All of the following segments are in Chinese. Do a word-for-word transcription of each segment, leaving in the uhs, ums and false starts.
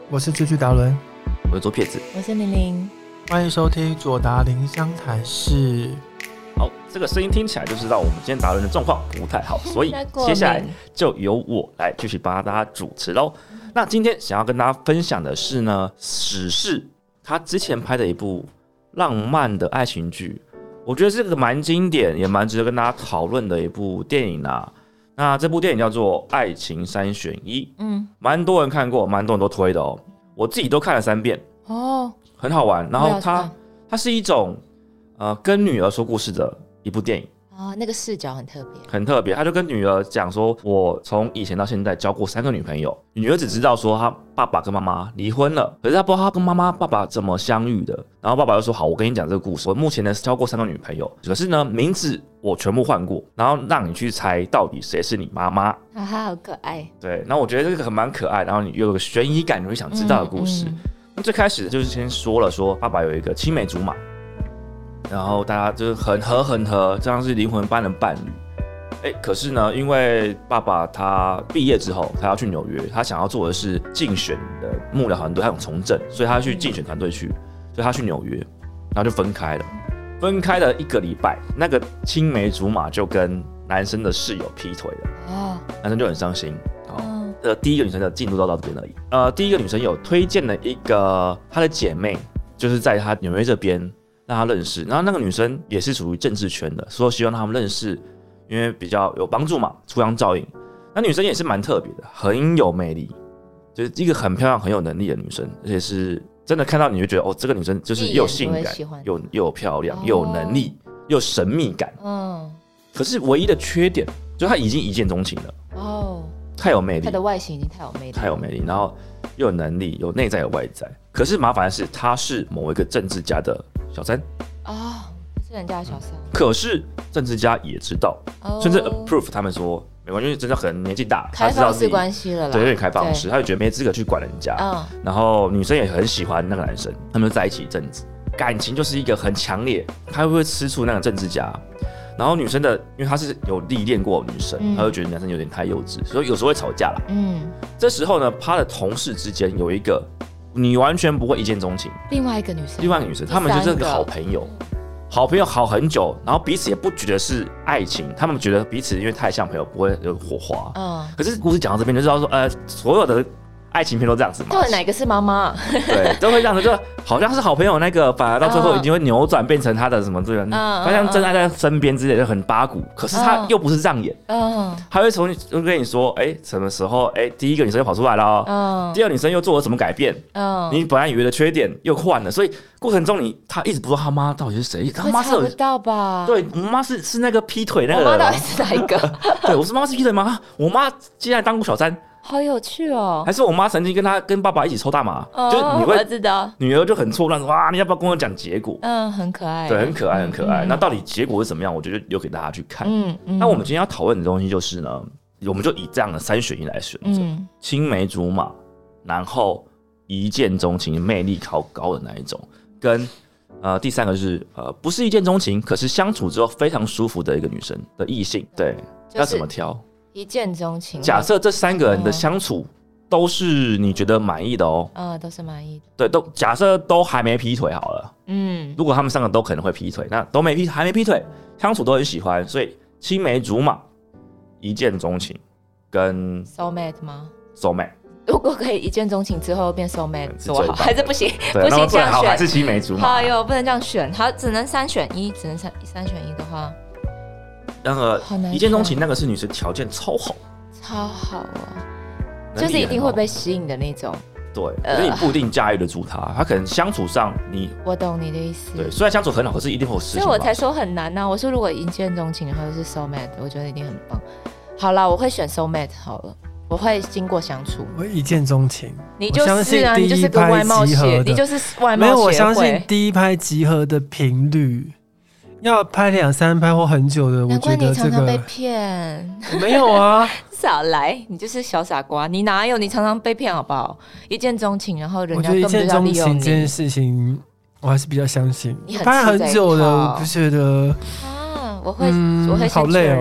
我是追剧达伦， 我是左撇子， 我是玲玲， 欢迎收听左达林湘谈室。 好，这个声音听起来就知道我们今天达伦的状况不太好，所以接下来就由我来继续帮大家主持喽。那今天想要跟大家分享的是呢，史仕他之前拍的一部浪漫的爱情剧，我觉得是个蛮经典，也蛮值得跟大家讨论的一部电影啊。那这部电影叫做《爱情三选一》，嗯，蛮多人看过，蛮多人都推的哦。我自己都看了三遍，哦，很好玩。然后它它是一种呃跟女儿说故事的一部电影。 哦，那个视角很特别， 很特别。他就跟女儿讲说，我从以前到现在交过三个女朋友。女儿只知道说他爸爸跟妈妈离婚了，可是他不知道他跟妈妈、爸爸怎么相遇的。然后爸爸就说：“好，我跟你讲这个故事。我目前呢交过三个女朋友，可是呢名字我全部换过，然后让你去猜到底谁是你妈妈。” 啊，好可爱。 对，然后我觉得这个很蛮可爱，然后你有个悬疑感，你会想知道的故事。嗯嗯、那最开始就是先说了说，爸爸有一个青梅竹马。然后大家就是很合很合，这样是灵魂般的伴侣。哎，可是呢，因为爸爸他毕业之后，他要去纽约，他想要做的是竞选的幕僚团队，他想从政，所以他去竞选团队去，所以他去纽约，然后就分开了。分开了一个礼拜，那个青梅竹马就跟男生的室友劈腿了，哦，男生就很伤心。哦，呃，第一个女生的进度到到这边而已。呃，第一个女生有推荐了一个她的姐妹，就是在她纽约这边。让他认识，然后那个女生也是属于政治圈的，说希望他们认识，因为比较有帮助嘛，出洋照应。那女生也是蛮特别的，很有魅力，就是一个很漂亮、很有能力的女生，而且是真的看到你就觉得哦，这个女生就是又性感，又又有漂亮，又有能力，又有神秘感。嗯。可是唯一的缺点就是她已经一见钟情了。哦。太有魅力， 她的外形已经太有魅力， 太有魅力，然后又有能力，有内在有外在。可是麻烦的是，她是某一个政治家的小三哦，是人家的小三。 可是政治家也知道，哦、甚至 approve 他们说没关系，因为真的很年纪大， 开放式关系了啦， 对，有点开放式，他就觉得没资格去管人家。嗯，然后女生也很喜欢那个男生，他们就在一起一阵子，感情就是一个很强烈，他会不会吃醋那个政治家？然后女生的，因为她是有历练过的女生，嗯、她就觉得男生有点太幼稚，所以有时候会吵架啦。嗯，这时候呢，她的同事之间有一个。你完全不会一见钟情， 另外一个女生， 另外一个女生，他们就是个好朋友，好朋友好很久，然后彼此也不觉得是爱情，他们觉得彼此因为太像朋友，不会有火花。嗯，可是故事讲到这边就知道说，呃，所有的爱情片都这样子嘛。 到底哪个是妈妈？ 对，都会这样子，就好像是好朋友那个，反而到最后已经会扭转变成他的什么这个，好像真爱在身边之类的，很八股。可是他又不是这样演，嗯，他会从就跟你说，哎，什么时候，哎，第一个女生又跑出来了，嗯，第二个女生又做了什么改变，嗯，你本来以为的缺点又换了，所以过程中你他一直不知道他妈到底是谁，他妈是不到吧？ 对，我妈是是那个劈腿那个人， 我妈到底是哪一个？ 对，我是妈妈是劈腿吗？我妈竟然当过小三。 好有趣哦！ 还是我妈曾经跟她跟爸爸一起抽大麻，哦、就是你会我知道， 女儿就很错乱，哇，你要不要跟我讲结果？ 嗯，很可爱， 对，很可爱，很可爱。嗯、那到底结果是怎么样？我觉得留给大家去看。嗯嗯。那我们今天要讨论的东西就是呢，我们就以这样的三选一来选择：嗯、青梅竹马，然后一见钟情、魅力好高的那一种，跟呃第三个是呃不是一见钟情，可是相处之后非常舒服的一个女生的异性，对，就是、要怎么挑？ 一见钟情。 假设这三个人的相处都是你觉得满意的哦， 嗯、呃，都是满意的。 对，都假设都还没劈腿好了，嗯，如果他们三个都可能会劈腿，那都没劈，还没劈腿，相处都很喜欢，所以青梅竹马、一见钟情跟 soulmate 吗 ？soulmate。 如果可以一见钟情之后变 soulmate 多好，还是不行，不行这样选，还是青梅竹马。 好哟，不能这样选，好，只能三选一，只能三三选一的话。 那个一见钟情那个是女生条件超好， 超好啊，就是一定会被吸引的那种。 对，可是你不一定驾驭得住她，她可能相处上你。 我懂你的意思。 对，虽然相处很好，可是一定会有事情。 所以我才说很难啊！我说如果一见钟情，然后是 soulmate， 我觉得一定很棒。好啦，我会选 soulmate 好了，我会经过相处。 我一见钟情， 你就是啊，你就是个外貌协，你就是外貌协会。没有， 我相信第一拍集合的频率。要拍两三拍或很久的，我觉得这个。难怪你常常被骗。 没有啊， 少来，你就是小傻瓜，你哪有？你常常被骗好不好？一见钟情，然后人家根本就要利用你。我觉得一见钟情这件事情，我还是比较相信。 你很拍很久的，我不觉得。 啊，我会，嗯、我会先确认。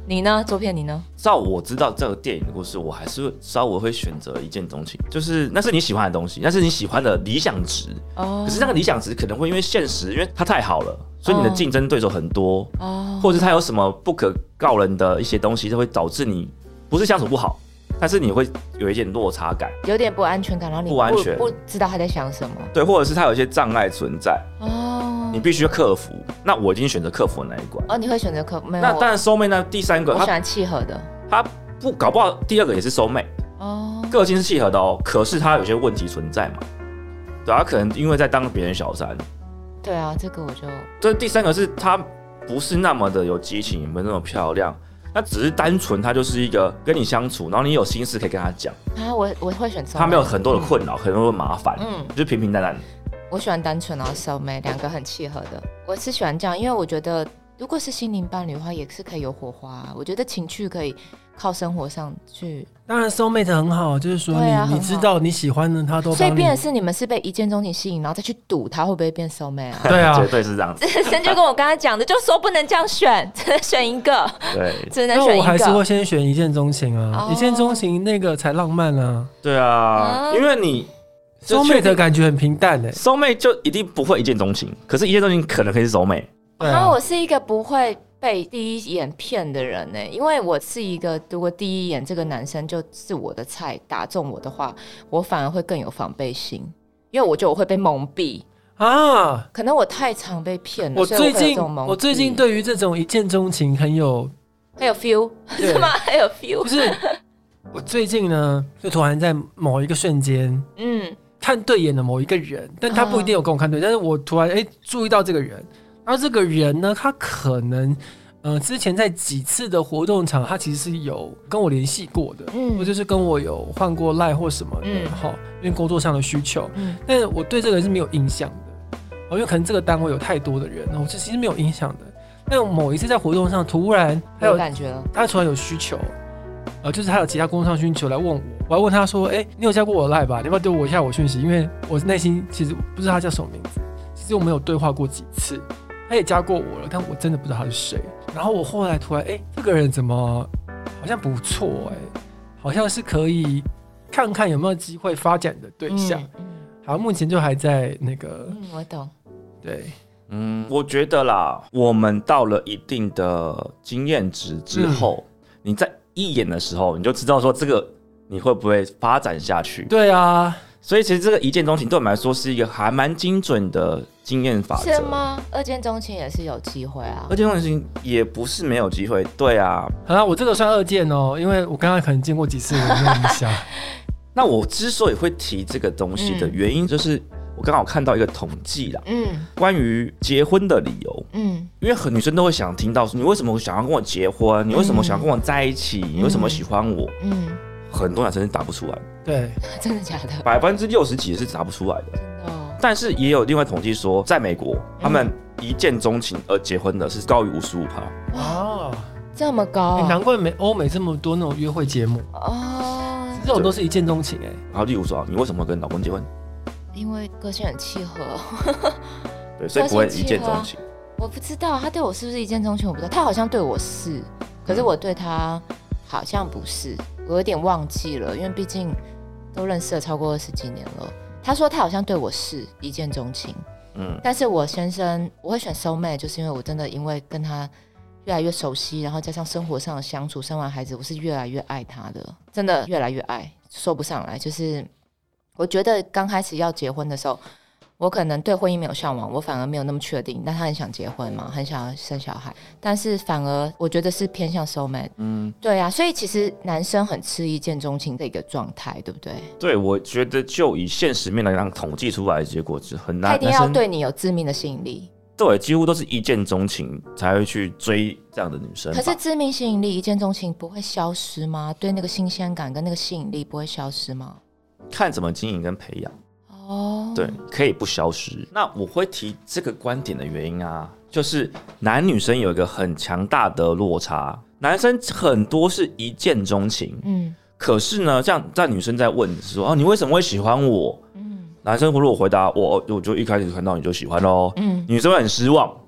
你呢？左撇你呢？ 照我知道这个电影的故事，我还是稍微会选择一见钟情，就是那是你喜欢的东西，那是你喜欢的理想值。哦。可是那个理想值可能会因为现实，因为它太好了，所以你的竞争对手很多。哦。或者它有什么不可告人的一些东西，就会导致你不是相处不好，但是你会有一点落差感， 有点不安全感，然后你 不, 不安全， 不知道他在想什么。 对，或者是他有一些障碍存在。哦。你必须要克服，那我已经选择克服的那一关。 哦，你会选择克服？没有。 那当然，soul mate 那第三个， 我喜欢契合的。 他不搞不好第二个也是 soul mate。哦。个性是契合的哦，可是他有些问题存在嘛。对啊，他可能因为在当别人小三。 对啊，这个我就。 这第三个是他不是那么的有激情，也没那么漂亮，他只是单纯他就是一个跟你相处，然后你有心事可以跟他讲。 啊，我我会选 soul mate。 他没有很多的困扰，很多的麻烦，嗯，就是平平淡淡。 我喜欢单纯然后 soul mate 两个很契合的，我是喜欢这样，因为我觉得如果是心灵伴侣的话，也是可以有火花、啊。我觉得情趣可以靠生活上去。 当然 soul mate 很好，就是说你、啊、你知道你喜欢的他都帮你。 所以变的是你们是被一见钟情吸引，然后再去赌他会不会变 soul mate 啊？ 对啊， 绝对是这样子。 森就跟我刚才讲的，就说不能这样选，只能选一个。 对， 只能选一个。 那我还是会先选一见钟情啊， oh. 一见钟情那个才浪漫啊。 对啊，因为你。 soul mate 的感觉很平淡诶、欸、 ，soul mate 就一定不会一见钟情，可是一见钟情可能可以是 soul mate。 然后、啊、我是一个不会被第一眼骗的人呢、欸，因为我是一个，如果第一眼这个男生就是我的菜，打中我的话，我反而会更有防备心，因为我觉得我会被蒙蔽啊。可能我太常被骗了， 我最近所以我我最近对于这种一见钟情很有很有 feel， 是吗？很有 feel， 就是我最近呢，就突然在某一个瞬间，嗯。看对眼的某一个人，但他不一定有跟我看对，但是我突然哎、欸、注意到这个人，然后这个人呢，他可能呃之前在几次的活动场，他其实是有跟我联系过的，嗯，或就是跟我有换过赖或什么的，哈、嗯，因为工作上的需求，嗯，但是我对这个人是没有印象的，因为可能这个单位有太多的人，我其实没有印象的。但某一次在活动上，突然他有感觉了， 他突然有需求。呃，就是他有其他工作上需求来问我，我还问他说：“哎、欸，你有加过我的 line 吧？你要不要丢我一下我讯息？因为我内心其实不知道他叫什么名字，其实我们有对话过几次，他也加过我了，但我真的不知道他是谁。然后我后来突然，哎、欸，这个人怎么好像不错哎、欸，好像是可以看看有没有机会发展的对象。嗯嗯、好，目前就还在那个， 嗯，我懂， 对。” 嗯，我觉得啦，我们到了一定的经验值之后，嗯、你在一眼的时候，你就知道说这个你会不会发展下去。 对啊， 所以其实这个一见钟情对我们来说是一个还蛮精准的经验法则。 是吗？二见钟情也是有机会啊。 二见钟情也不是没有机会。对啊。 好啦，我这个算二见哦，因为我刚刚可能见过几次，我没有印象。 那我之所以会提这个东西的原因，就是我刚好看到一个统计啦，嗯，关于结婚的理由，嗯，因为很女生都会想听到，你为什么想要跟我结婚？你为什么想要跟我在一起？嗯、你为什么喜欢我？嗯，很多男生是答不出来。 对， 真的假的？ 百分之六十几是答不出来的。真的哦。但是也有另外统计说，在美国，他们一见钟情而结婚的是高于五十五趴。 哦，这么高、啊欸？难怪美欧美这么多那种约会节目哦，这种都是一见钟情哎、欸。 然后例如说，你为什么跟老公结婚？ 因为个性很契合， 对，所以不会一见钟情。 我不知道他对我是不是一见钟情，我不知道。他好像对我是，可是我对他好像不是，我有点忘记了，因为毕竟都认识了超过二十几年了。他说他好像对我是一见钟情，嗯，但是我先生我会选 soul mate， 就是因为我真的因为跟他越来越熟悉，然后加上生活上的相处，生完孩子我是越来越爱他的，真的越来越爱，说不上来，就是。我觉得刚开始要结婚的时候，我可能对婚姻没有向往，我反而没有那么确定。但他很想结婚嘛，很想要生小孩，但是反而我觉得是偏向 soul mate。嗯，对啊，所以其实男生很吃一见钟情的一个状态，对不对？ 对，我觉得就以现实面来讲，统计出来的结果是很难。 他一定要对你有致命的吸引力。 对，几乎都是一见钟情才会去追这样的女生。 可是致命吸引力、一见钟情不会消失吗？对那个新鲜感跟那个吸引力不会消失吗？ 看怎么经营跟培养哦，对，可以不消失。那我会提这个观点的原因啊，就是男女生有一个很强大的落差，男生很多是一见钟情，嗯，可是呢，这样在女生在问说哦，你为什么会喜欢我？嗯，男生如果回答我，我就一开始看到你就喜欢咯，嗯，女生会很失望，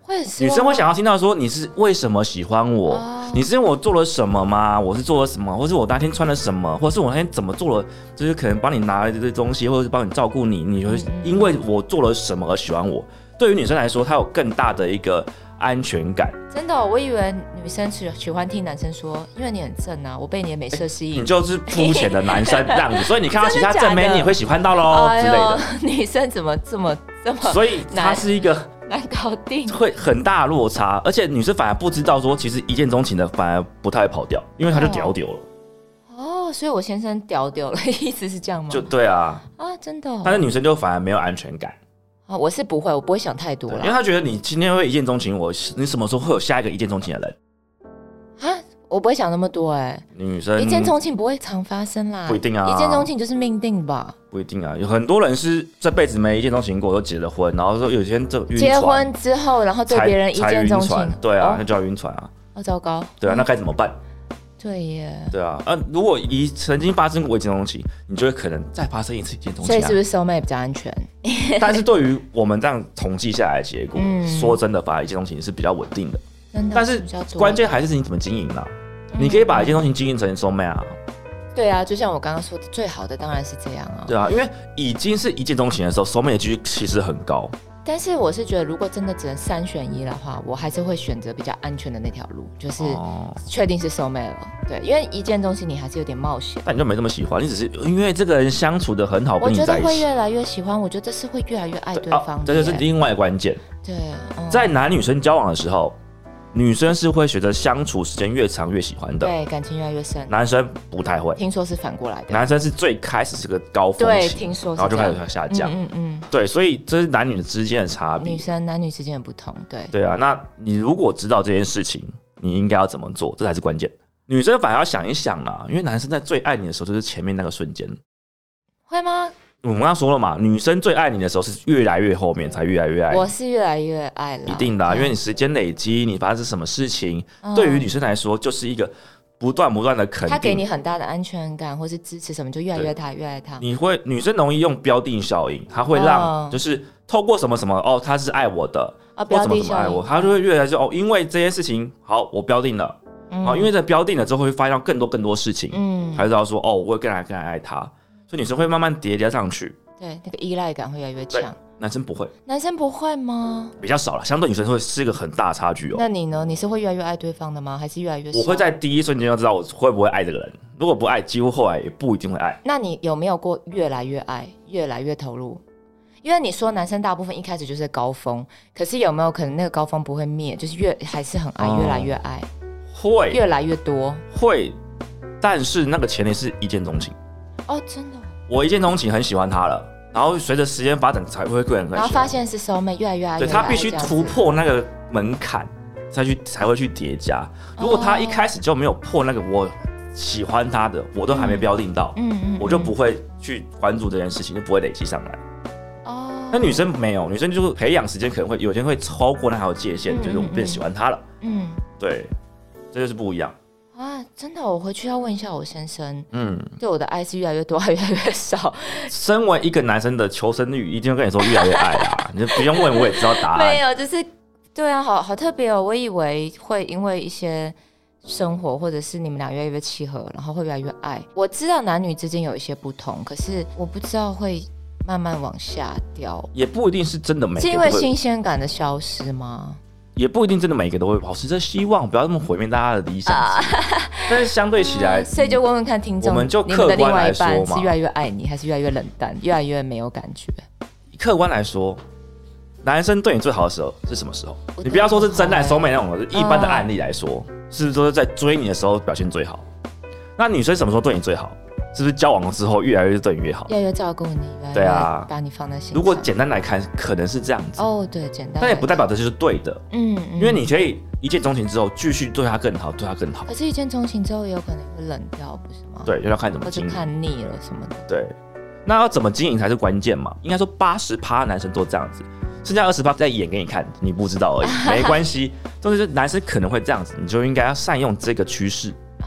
会很失望。 女生会想要听到说你是为什么喜欢我， 哦、 你是因为我做了什么吗？我是做了什么，或是我那天穿了什么，或是我那天怎么做了，就是可能帮你拿了这些东西，或者是帮你照顾你，你会因为我做了什么而喜欢我。对于女生来说，她有更大的一个安全感。 真的、哦，我以为女生喜喜欢听男生说，因为你很正啊，我被你的美色吸引。 你就是肤浅的男生这样子，所以你看到其他正妹，你也会喜欢到喽、哎、之类的。 女生怎么这么这么？ 所以她是一个难搞定， 会很大的落差，而且女生反而不知道说，其实一见钟情的反而不太会跑掉，因为他就屌丢了。 哦，所以我先生屌丢了，意思是这样吗？ 就对啊， 啊，真的、哦。 但是女生就反而没有安全感。 啊，我是不会，我不会想太多了， 因为他觉得你今天会一见钟情，我你什么时候会有下一个一见钟情的人？ 啊，我不会想那么多哎、欸。 女生一见钟情不会常发生啦， 不一定啊。 一见钟情就是命定吧？ 不一定啊，有很多人是这辈子没一见钟情过，都结了婚，然后说有些人就晕船， 结婚之后，然后对别人一见钟情， 对啊，那、哦、就叫晕船啊。 哦，糟糕。 对啊，那该怎么办？ 对耶， 对啊，啊，如果一曾经发生过一见钟情，你就会可能再发生一次一见钟情、啊， 所以是不是 soulmate 比较安全？ 但是对于我们这样统计下来的结果，嗯、说真的，反而一见钟情是比较稳定的。 真的， 但是关键还是你怎么经营啦、嗯。你可以把一见钟情经营成 soulmate 啊。 对啊，就像我刚刚说的，最好的当然是这样啊。 对啊，因为已经是一见钟情的时候 ，soulmate 的几率其实很高。 但是我是觉得，如果真的只能三选一的话，我还是会选择比较安全的那条路，就是确定是 soulmate 了。对，因为一见钟情你还是有点冒险。 但你就没这么喜欢，你只是因为这个人相处的很好，跟你在一起， 我觉得会越来越喜欢，我觉得是会越来越爱对方的、啊。 这就是另外一个关键。 对、 嗯，在男女生交往的时候，女生是会随着相处时间越长越喜欢的， 对，感情越来越深。 男生不太会， 听说是反过来的。 男生是最开始是个高峰期， 对，听说是， 然后就开始下降。 嗯嗯嗯， 对，所以这是男女之间的差别， 女生男女之间的不同。对， 对啊，那你如果知道这件事情，你应该要怎么做，这才是关键。女生反而要想一想啦，因为男生在最爱你的时候就是前面那个瞬间， 会吗？ 我们刚刚说了嘛，女生最爱你的时候是越来越后面才越来越爱你。 我是越来越爱了， 一定的、啊，因为你时间累积，你发生什么事情，嗯、对于女生来说就是一个不断不断的肯定， 她给你很大的安全感或是支持什么，就越来越她越爱她。 你会女生容易用标定效应，她会让就是透过什么什么哦，她是爱我的， 哦、标定什么什么爱我，她就会越来越哦，因为这件事情好，我标定了，嗯、哦，因为这标定了之后会发现更多更多事情，嗯，才知道说哦，我会更来更来爱她，所以女生会慢慢叠加上去。 对，那个依赖感会越来越强。 男生不会， 男生不会吗？ 比较少了，相对女生会是一个很大的差距哦。 那你呢？你是会越来越爱对方的吗？还是越来越少？ 我会在第一瞬间就知道我会不会爱这个人，如果不爱，几乎后来也不一定会爱。 那你有没有过越来越爱，越来越投入？因为你说男生大部分一开始就是高峰，可是有没有可能那个高峰不会灭，就是越还是很爱，嗯、越来越爱， 会越来越多， 会，但是那个前提是一见钟情。 哦，真的。 我一见钟情，很喜欢他了，然后随着时间发展才会更很喜欢， 然后发现是soulmate，越来越爱， 对，他必须突破那个门槛，才去才会去叠加。如果他一开始就没有破那个我喜欢他的，我都还没标定到，嗯嗯嗯、我就不会去关注这件事情，就不会累积上来。哦，那女生没有，女生就是培养时间可能会有天会超过那条界限，嗯嗯嗯就是我变喜欢他了。嗯，对，这就是不一样。 啊，真的，我回去要问一下我先生，嗯，对我的爱是越来越多，还越来越少。 身为一个男生的求生欲，一定会跟你说越来越爱啊，你就不用问，我也知道答案。 没有，就是对啊，好好特别哦。我以为会因为一些生活，或者是你们俩越来越契合，然后会越来越爱。我知道男女之间有一些不同，可是我不知道会慢慢往下掉。 也不一定是真的每个， 是因为新鲜感的消失吗？ 也不一定真的每个都会保持着希望，不要那么毁灭大家的理想、啊、但是相对起来、嗯、 所以就问问看听众， 我们就客观来说嘛， 你们的另外一半是越来越爱你，还是越来越冷淡，越来越没有感觉？ 客观来说，男生对你最好的时候是什么时候？你不要说是真爱soulmate那种，一般的案例来说、嗯、是不是都是在追你的时候表现最好？那女生什么时候对你最好？是不是交往了之后越来越对你越好， 越来越照顾你， 对啊， 把你放在心上？ 如果简单来看，可能是这样子哦，对，简单， 但也不代表这就是对的，嗯，因为你可以一见钟情之后继续对他更好，对他更好。 可是，一见钟情之后也有可能会冷掉，不是吗？ 对，就要看怎么经营， 或者看腻了什么的。 对，那要怎么经营才是关键嘛？应该说八十趴男生都这样子，剩下二十趴在演给你看，你不知道而已，没关系。但是男生可能会这样子，你就应该要善用这个趋势。 哦，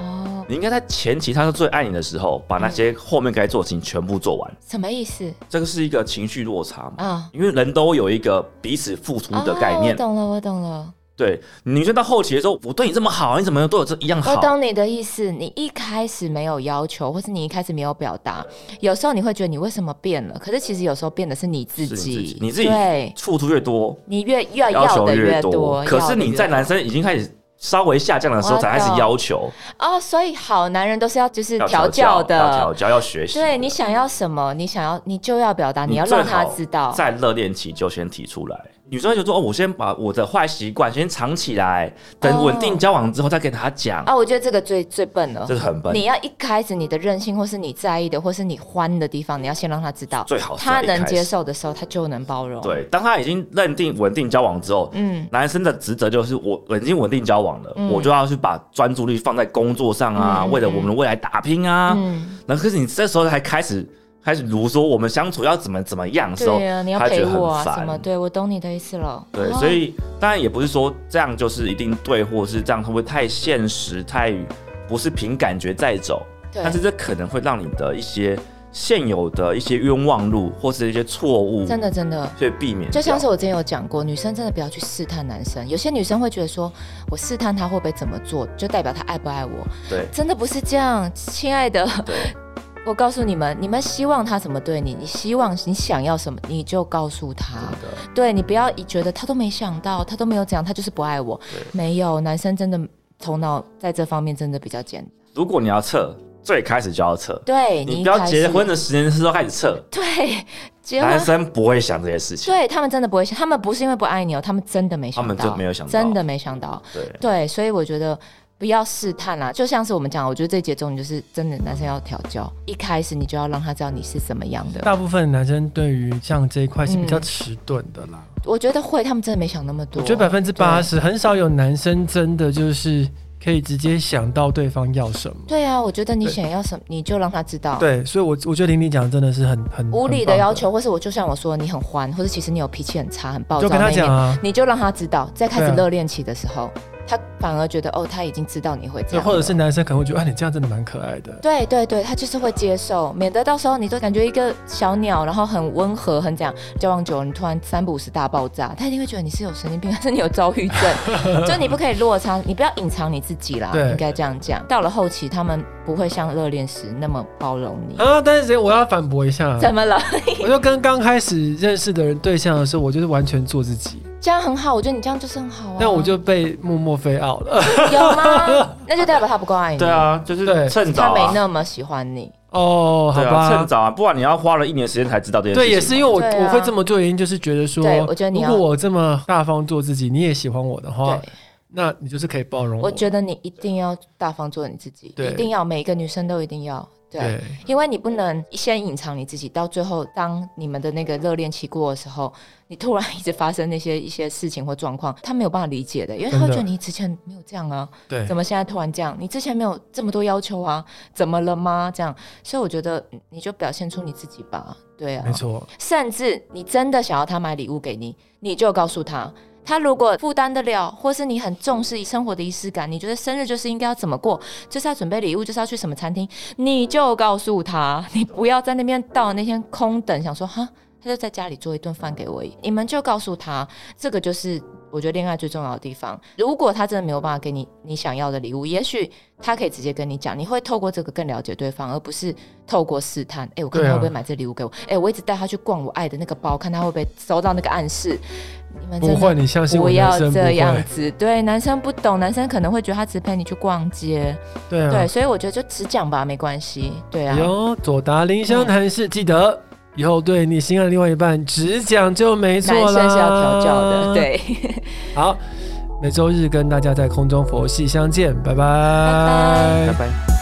你应该在前期他是最爱你的时候，把那些后面该做的事情全部做完。 什么意思？ 这个是一个情绪落差嘛？啊，因为人都有一个彼此付出的概念。 哦、我懂了，我懂了。 对，女生到后期的时候，我对你这么好，你怎么对我这一样好？ 我懂你的意思，你一开始没有要求，或是你一开始没有表达，有时候你会觉得你为什么变了？可是其实有时候变的是你自己， 你自己对付出越多， 你越越要的越多。 可是你在男生已经开始稍微下降的时候，才开始要求哦。所以好男人都是要就是调教的， 要调教，要学习。 对，你想要什么，你想要你就要表达，你要让他知道， 在热恋期就先提出来。女生就说：“哦，我先把我的坏习惯先藏起来，等稳定交往之后再跟他讲。” 啊，我觉得这个最最笨了， 这是很笨。 你要一开始你的任性，或是你在意的，或是你欢的地方，你要先让他知道， 最好他能接受的时候，他就能包容。 对，当他已经认定稳定交往之后，嗯，男生的职责就是我已经稳定交往了，嗯、我就要去把专注力放在工作上啊，嗯、为了我们的未来打拼啊。嗯，那可是你这时候才开始。开始如说我们相处要怎么怎么样的时候， 对啊，你要陪我啊什么？对，我懂你的意思了。 对，所以当然也不是说这样就是一定对，或是这样会不会太现实，太不是凭感觉在走。但是这可能会让你的一些现有的一些冤枉路，或是一些错误， 真的真的， 所以避免。 就像是我之前有讲过，女生真的不要去试探男生。有些女生会觉得说，我试探他会不会怎么做，就代表他爱不爱我。 对， 真的不是这样，亲爱的。对。我告诉你们，你们希望他怎么对你，你希望你想要什么，你就告诉他。对，你不要觉得他都没想到，他都没有讲，他就是不爱我。没有，男生真的头脑在这方面真的比较简单。 如果你要测，最开始就要测。 对， 你不要结婚的十年之后开始测。 对，结婚男生不会想这些事情。 对，他们真的不会想，他们不是因为不爱你哦，他们真的没想到， 他们真没有想到， 真的没想到。 对对，所以我觉得。不要试探啦，就像是我们讲，我觉得这节重点就是真的，男生要调教，一开始你就要让他知道你是怎么样的。 大部分男生对于像这一块是比较迟钝的啦、嗯。 我觉得会，他们真的没想那么多。 我觉得百分之八十很少有男生真的就是可以直接想到对方要什么。 对啊，我觉得你想要什么，你就让他知道。 对，所以我我觉得玲玲讲的真的是很很无理的要求，或是我就像我说你很欢，或是其实你有脾气很差、很暴躁， 就跟他讲啊， 你就让他知道，在开始热恋期的时候。他反而觉得哦，他已经知道你会这样， 或者是男生可能会觉得，啊，你这样真的蛮可爱的。 对对对，他就是会接受，免得到时候你都感觉一个小鸟，然后很温和，很这样，交往久了，你突然三不五时大爆炸，他一定会觉得你是有神经病，还是你有躁郁症？就你不可以落差，你不要隐藏你自己啦，应该这样讲。到了后期，他们不会像热恋时那么包容你啊。但是我要反驳一下， 怎么了？ 我就跟刚开始认识的人对象的时候，我就是完全做自己。 这样很好，我觉得你这样就是很好啊。 但我就被默默飞out了。 有吗？那就代表他不够爱你。 对啊，就是趁早、啊， 他没那么喜欢你。 哦，好吧， 啊、趁早啊，不然你要花了一年时间才知道这件事情。 对，也是因为我、啊、我会这么做的原因，就是觉得说， 对，我觉得你如果我这么大方做自己，你也喜欢我的话，那你就是可以包容我。 我觉得你一定要大方做你自己，一定要，每一个女生都一定要。对， 对， 因为你不能先隐藏你自己，到最后当你们的那个热恋期过的时候，你突然一直发生那些一些事情或状况，他没有办法理解的，因为他会觉得你之前没有这样啊， 对， 怎么现在突然这样？你之前没有这么多要求啊，怎么了吗？这样，所以我觉得你就表现出你自己吧，对啊， 没错。甚至你真的想要他买礼物给你，你就告诉他。他如果负担得了，或是你很重视生活的仪式感，你觉得生日就是应该要怎么过，就是要准备礼物，就是要去什么餐厅，你就告诉他，你不要在那边到那天空等，想说哈，他就在家里做一顿饭给我，你们就告诉他，这个就是我觉得恋爱最重要的地方。如果他真的没有办法给你你想要的礼物，也许他可以直接跟你讲，你会透过这个更了解对方，而不是透过试探。哎、欸，我看他会不会买这礼物给我？哎、啊欸，我一直带他去逛我爱的那个包，看他会不会收到那个暗示。你们真的不会，你相信我， 不要这样子。对，男生不懂，男生可能会觉得他只陪你去逛街。 对啊， 对，所以我觉得就只讲吧，没关系。对啊， 有左达林香谈室，记得以后对你心爱的另外一半只讲就没错啦。 男生是要调教的，对。 好，每周日跟大家在空中佛系相见，拜拜， 拜拜。拜拜。